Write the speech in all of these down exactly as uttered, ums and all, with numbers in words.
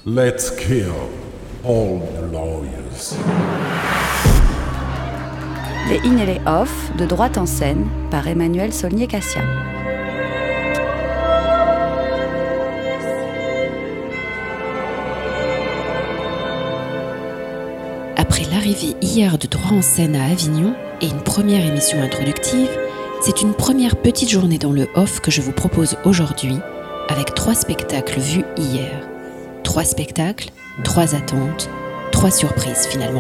Let's kill all the lawyers. Les in et les off de Droite en scène par Emmanuel Saulnier-Cassia. Après l'arrivée hier de Droit en scène à Avignon et une première émission introductive, c'est une première petite journée dans le off que je vous propose aujourd'hui, avec trois spectacles vus hier. Trois spectacles, trois attentes, trois surprises finalement.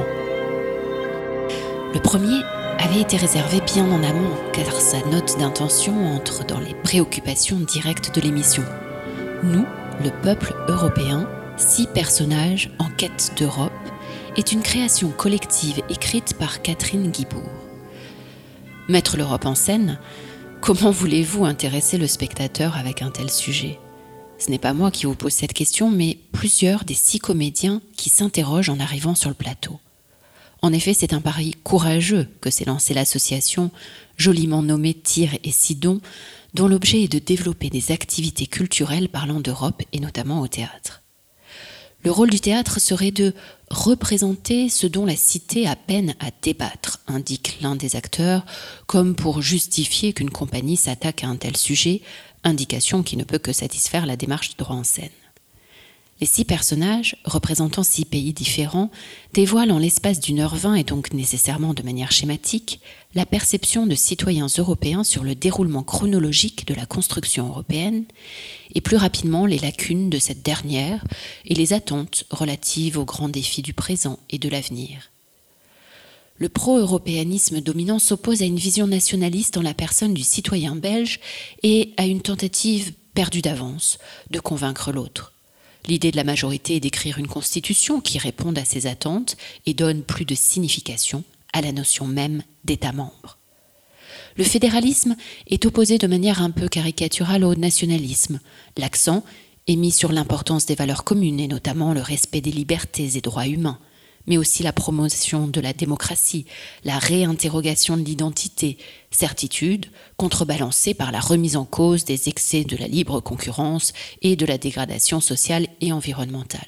Le premier avait été réservé bien en amont, car sa note d'intention entre dans les préoccupations directes de l'émission. Nous, le peuple européen, six personnages en quête d'Europe, est une création collective écrite par Catherine Guibourg. Mettre l'Europe en scène, comment voulez-vous intéresser le spectateur avec un tel sujet ? Ce n'est pas moi qui vous pose cette question, mais plusieurs des six comédiens qui s'interrogent en arrivant sur le plateau. En effet, c'est un pari courageux que s'est lancé l'association, joliment nommée Tyr et Sidon, dont l'objet est de développer des activités culturelles parlant d'Europe et notamment au théâtre. Le rôle du théâtre serait de représenter ce dont la cité a peine à débattre, indique l'un des acteurs, comme pour justifier qu'une compagnie s'attaque à un tel sujet, indication qui ne peut que satisfaire la démarche de Droit en scène. Les six personnages, représentant six pays différents, dévoilent en l'espace d'une heure vingt et donc nécessairement de manière schématique, la perception de citoyens européens sur le déroulement chronologique de la construction européenne et plus rapidement les lacunes de cette dernière et les attentes relatives aux grands défis du présent et de l'avenir. Le pro-européanisme dominant s'oppose à une vision nationaliste en la personne du citoyen belge et à une tentative perdue d'avance de convaincre l'autre. L'idée de la majorité est d'écrire une constitution qui réponde à ces attentes et donne plus de signification à la notion même d'État-membre. Le fédéralisme est opposé de manière un peu caricaturale au nationalisme. L'accent est mis sur l'importance des valeurs communes et notamment le respect des libertés et droits humains, mais aussi la promotion de la démocratie, la réinterrogation de l'identité, certitude contrebalancée par la remise en cause des excès de la libre concurrence et de la dégradation sociale et environnementale.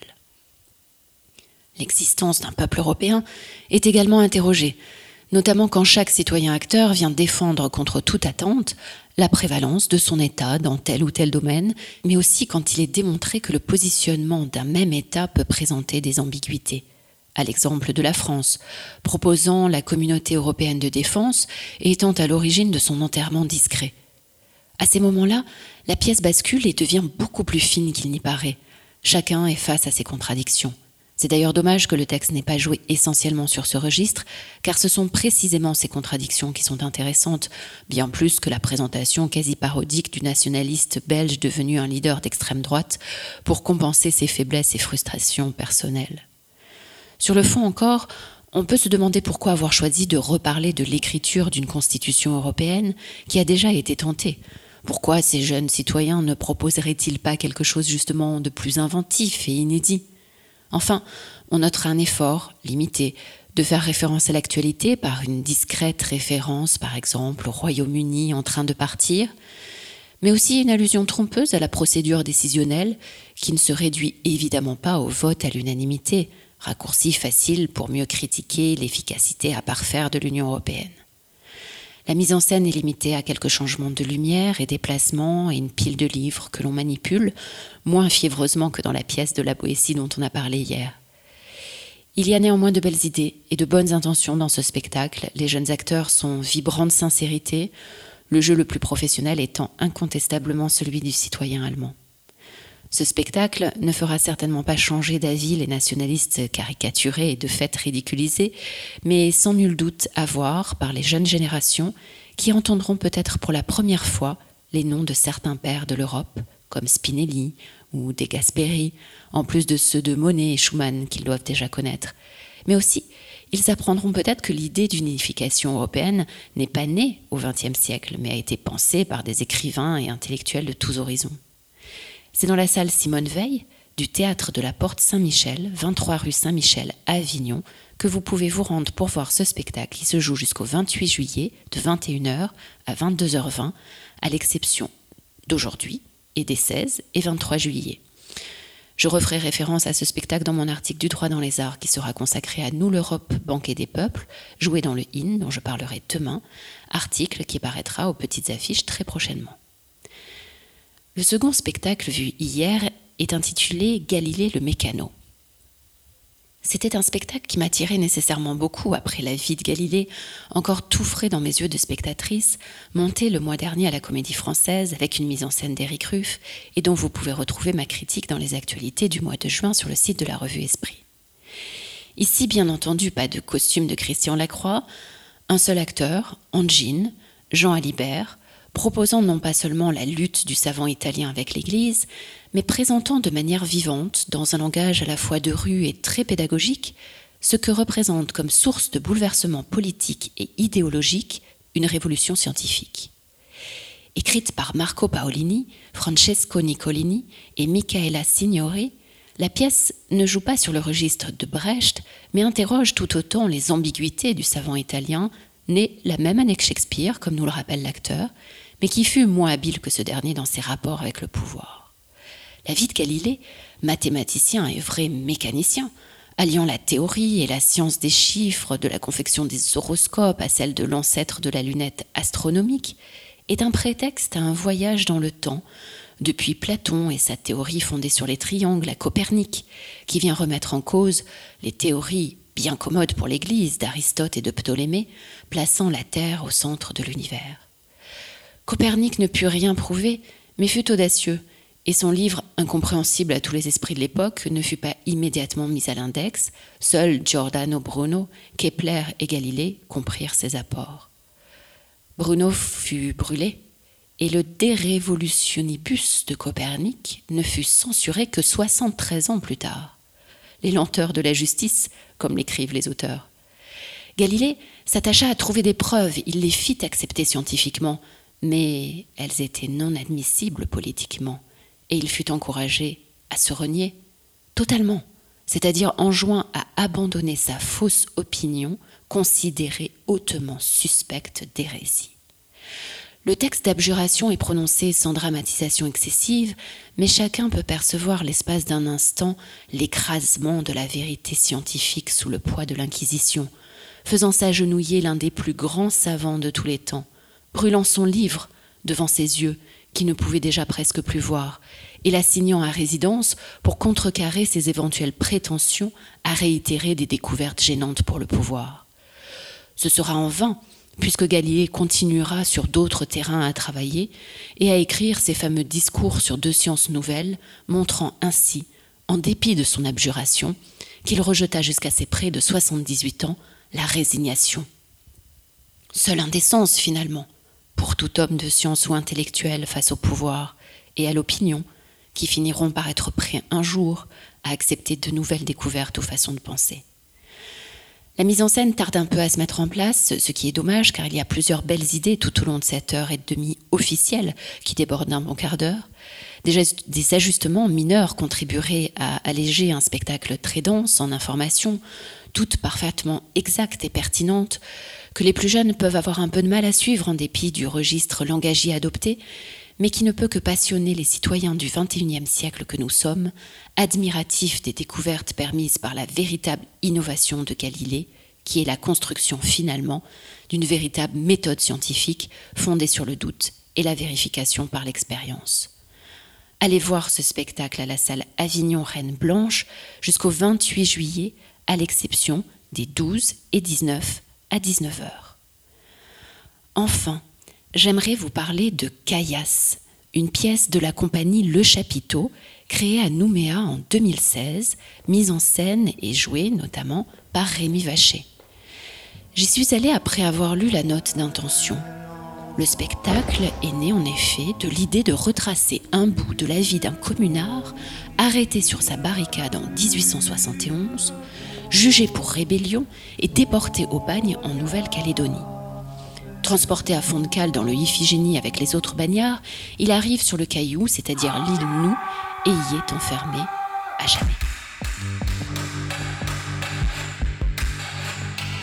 L'existence d'un peuple européen est également interrogée, notamment quand chaque citoyen acteur vient défendre contre toute attente la prévalence de son État dans tel ou tel domaine, mais aussi quand il est démontré que le positionnement d'un même État peut présenter des ambiguïtés. À l'exemple de la France, proposant la communauté européenne de défense et étant à l'origine de son enterrement discret. À ces moments-là, la pièce bascule et devient beaucoup plus fine qu'il n'y paraît. Chacun est face à ses contradictions. C'est d'ailleurs dommage que le texte n'ait pas joué essentiellement sur ce registre, car ce sont précisément ces contradictions qui sont intéressantes, bien plus que la présentation quasi parodique du nationaliste belge devenu un leader d'extrême droite pour compenser ses faiblesses et frustrations personnelles. Sur le fond encore, on peut se demander pourquoi avoir choisi de reparler de l'écriture d'une constitution européenne qui a déjà été tentée. Pourquoi ces jeunes citoyens ne proposeraient-ils pas quelque chose justement de plus inventif et inédit ? Enfin, on notera un effort, limité, de faire référence à l'actualité par une discrète référence, par exemple, au Royaume-Uni en train de partir, mais aussi une allusion trompeuse à la procédure décisionnelle qui ne se réduit évidemment pas au vote à l'unanimité, raccourci facile pour mieux critiquer l'efficacité à parfaire de l'Union européenne. La mise en scène est limitée à quelques changements de lumière et déplacements et une pile de livres que l'on manipule, moins fiévreusement que dans la pièce de la Boétie dont on a parlé hier. Il y a néanmoins de belles idées et de bonnes intentions dans ce spectacle. Les jeunes acteurs sont vibrants de sincérité, le jeu le plus professionnel étant incontestablement celui du citoyen allemand. Ce spectacle ne fera certainement pas changer d'avis les nationalistes caricaturés et de fait ridiculisés, mais sans nul doute à voir par les jeunes générations qui entendront peut-être pour la première fois les noms de certains pères de l'Europe, comme Spinelli ou De Gasperi, en plus de ceux de Monet et Schumann qu'ils doivent déjà connaître. Mais aussi, ils apprendront peut-être que l'idée d'une unification européenne n'est pas née au vingtième siècle, mais a été pensée par des écrivains et intellectuels de tous horizons. C'est dans la salle Simone Veil, du théâtre de la Porte Saint-Michel, vingt-trois rue Saint-Michel à Avignon, que vous pouvez vous rendre pour voir ce spectacle qui se joue jusqu'au vingt-huit juillet de vingt et une heures à vingt-deux heures vingt, à l'exception d'aujourd'hui et des seize et vingt-trois juillet. Je referai référence à ce spectacle dans mon article du droit dans les arts qui sera consacré à Nous l'Europe, banquet des peuples, joué dans le I N, dont je parlerai demain, article qui paraîtra aux petites affiches très prochainement. Le second spectacle vu hier est intitulé Galilée le mécano. C'était un spectacle qui m'attirait nécessairement beaucoup après La vie de Galilée, encore tout frais dans mes yeux de spectatrice, monté le mois dernier à la Comédie Française avec une mise en scène d'Éric Ruff et dont vous pouvez retrouver ma critique dans les actualités du mois de juin sur le site de la revue Esprit. Ici, bien entendu, pas de costume de Christian Lacroix, un seul acteur, en jean, Jean Alibert, proposant non pas seulement la lutte du savant italien avec l'Église, mais présentant de manière vivante, dans un langage à la fois de rue et très pédagogique, ce que représente comme source de bouleversement politique et idéologique une révolution scientifique. Écrite par Marco Paolini, Francesco Nicolini et Michaela Signori, la pièce ne joue pas sur le registre de Brecht, mais interroge tout autant les ambiguïtés du savant italien, né la même année que Shakespeare, comme nous le rappelle l'acteur, mais qui fut moins habile que ce dernier dans ses rapports avec le pouvoir. La vie de Galilée, mathématicien et vrai mécanicien, alliant la théorie et la science des chiffres, de la confection des horoscopes à celle de l'ancêtre de la lunette astronomique, est un prétexte à un voyage dans le temps, depuis Platon et sa théorie fondée sur les triangles à Copernic, qui vient remettre en cause les théories bien commodes pour l'Église d'Aristote et de Ptolémée, plaçant la Terre au centre de l'univers. Copernic ne put rien prouver, mais fut audacieux, et son livre, incompréhensible à tous les esprits de l'époque, ne fut pas immédiatement mis à l'index. Seuls Giordano Bruno, Kepler et Galilée comprirent ses apports. Bruno fut brûlé, et le De Revolutionibus de Copernic ne fut censuré que soixante-treize ans plus tard. Les lenteurs de la justice, comme l'écrivent les auteurs. Galilée s'attacha à trouver des preuves, il les fit accepter scientifiquement, mais elles étaient non admissibles politiquement, et il fut encouragé à se renier totalement, c'est-à-dire enjoint à abandonner sa fausse opinion, considérée hautement suspecte d'hérésie. Le texte d'abjuration est prononcé sans dramatisation excessive, mais chacun peut percevoir l'espace d'un instant l'écrasement de la vérité scientifique sous le poids de l'Inquisition, faisant s'agenouiller l'un des plus grands savants de tous les temps, brûlant son livre devant ses yeux, qui ne pouvaient déjà presque plus voir, et l'assignant à résidence pour contrecarrer ses éventuelles prétentions à réitérer des découvertes gênantes pour le pouvoir. Ce sera en vain, puisque Galilée continuera sur d'autres terrains à travailler et à écrire ses fameux discours sur deux sciences nouvelles, montrant ainsi, en dépit de son abjuration, qu'il rejeta jusqu'à ses près de soixante-dix-huit ans la résignation. Seule indécence, finalement, pour tout homme de science ou intellectuel face au pouvoir et à l'opinion, qui finiront par être prêts un jour à accepter de nouvelles découvertes ou façons de penser. La mise en scène tarde un peu à se mettre en place, ce qui est dommage car il y a plusieurs belles idées tout au long de cette heure et demie officielle qui déborde d'un bon quart d'heure. Déjà, des ajustements mineurs contribueraient à alléger un spectacle très dense en informations, toutes parfaitement exactes et pertinentes, que les plus jeunes peuvent avoir un peu de mal à suivre en dépit du registre langagier adopté, mais qui ne peut que passionner les citoyens du vingt et unième siècle que nous sommes, admiratifs des découvertes permises par la véritable innovation de Galilée, qui est la construction finalement d'une véritable méthode scientifique fondée sur le doute et la vérification par l'expérience. Allez voir ce spectacle à la salle Avignon Reine Blanche jusqu'au vingt-huit juillet, à l'exception des douze et dix-neuf à dix-neuf heures. Enfin, j'aimerais vous parler de Caillasse, une pièce de la compagnie Le Chapiteau, créée à Nouméa en deux mille seize, mise en scène et jouée notamment par Rémi Vacher. J'y suis allée après avoir lu la note d'intention. Le spectacle est né en effet de l'idée de retracer un bout de la vie d'un communard arrêté sur sa barricade en dix-huit cent soixante et onze, jugé pour rébellion et déporté au bagne en Nouvelle-Calédonie. Transporté à fond de cale dans le Iphigénie avec les autres bagnards, il arrive sur le Caillou, c'est-à-dire l'île Nou, et y est enfermé à jamais.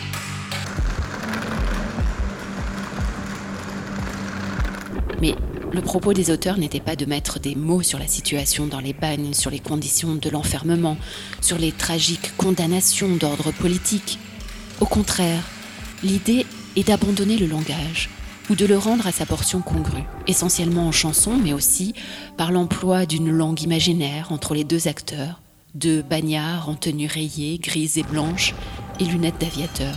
Mais Le propos des auteurs n'était pas de mettre des mots sur la situation dans les bagnes, sur les conditions de l'enfermement, sur les tragiques condamnations d'ordre politique. Au contraire, l'idée est d'abandonner le langage, ou de le rendre à sa portion congrue, essentiellement en chanson, mais aussi par l'emploi d'une langue imaginaire entre les deux acteurs, deux bagnards en tenue rayée, grise et blanche, et lunettes d'aviateur.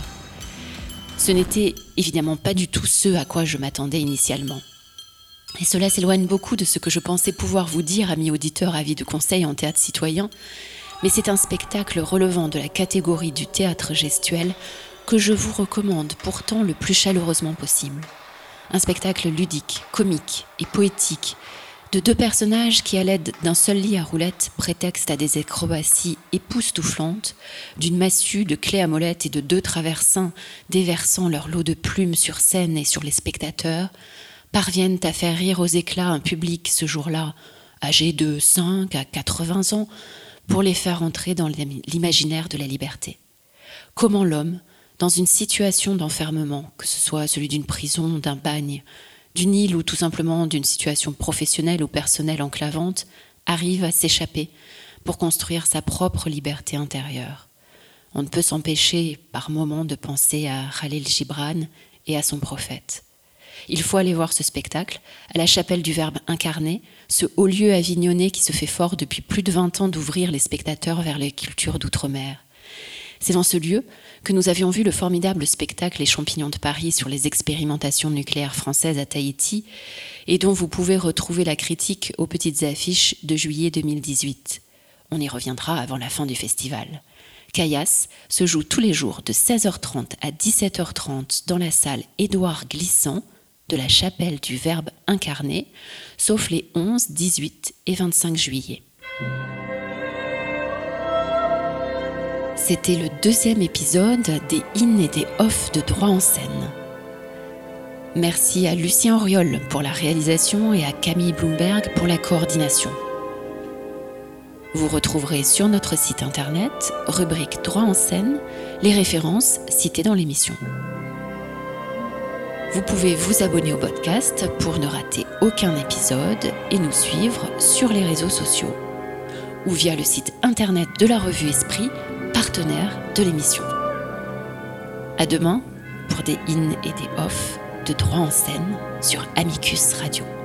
Ce n'était évidemment pas du tout ce à quoi je m'attendais initialement. Et cela s'éloigne beaucoup de ce que je pensais pouvoir vous dire, amis auditeurs avis de conseil en théâtre citoyen, mais c'est un spectacle relevant de la catégorie du théâtre gestuel que je vous recommande pourtant le plus chaleureusement possible. Un spectacle ludique, comique et poétique, de deux personnages qui, à l'aide d'un seul lit à roulettes, prétextent à des acrobaties époustouflantes, d'une massue de clés à molette et de deux traversins déversant leur lot de plumes sur scène et sur les spectateurs, parviennent à faire rire aux éclats un public ce jour-là, âgé de cinq à quatre-vingts ans, pour les faire entrer dans l'imaginaire de la liberté. Comment l'homme, dans une situation d'enfermement, que ce soit celui d'une prison, d'un bagne, d'une île ou tout simplement d'une situation professionnelle ou personnelle enclavante, arrive à s'échapper pour construire sa propre liberté intérieure. On ne peut s'empêcher par moments de penser à Khalil Gibran et à son prophète. Il faut aller voir ce spectacle à la chapelle du Verbe incarné, ce haut lieu avignonné qui se fait fort depuis plus de vingt ans d'ouvrir les spectateurs vers les cultures d'outre-mer. C'est dans ce lieu que nous avions vu le formidable spectacle Les Champignons de Paris sur les expérimentations nucléaires françaises à Tahiti et dont vous pouvez retrouver la critique aux petites affiches de juillet deux mille dix-huit. On y reviendra avant la fin du festival. Caillasse se joue tous les jours de seize heures trente à dix-sept heures trente dans la salle Édouard Glissant de la chapelle du Verbe incarné, sauf les onze, dix-huit et vingt-cinq juillet. C'était le deuxième épisode des in et des off de Droit en scène. Merci à Lucien Auriol pour la réalisation et à Camille Bloomberg pour la coordination. Vous retrouverez sur notre site internet, rubrique Droit en scène, les références citées dans l'émission. Vous pouvez vous abonner au podcast pour ne rater aucun épisode et nous suivre sur les réseaux sociaux ou via le site internet de la revue Esprit, partenaire de l'émission. À demain pour des in et des off de Droit en scène sur Amicus Radio.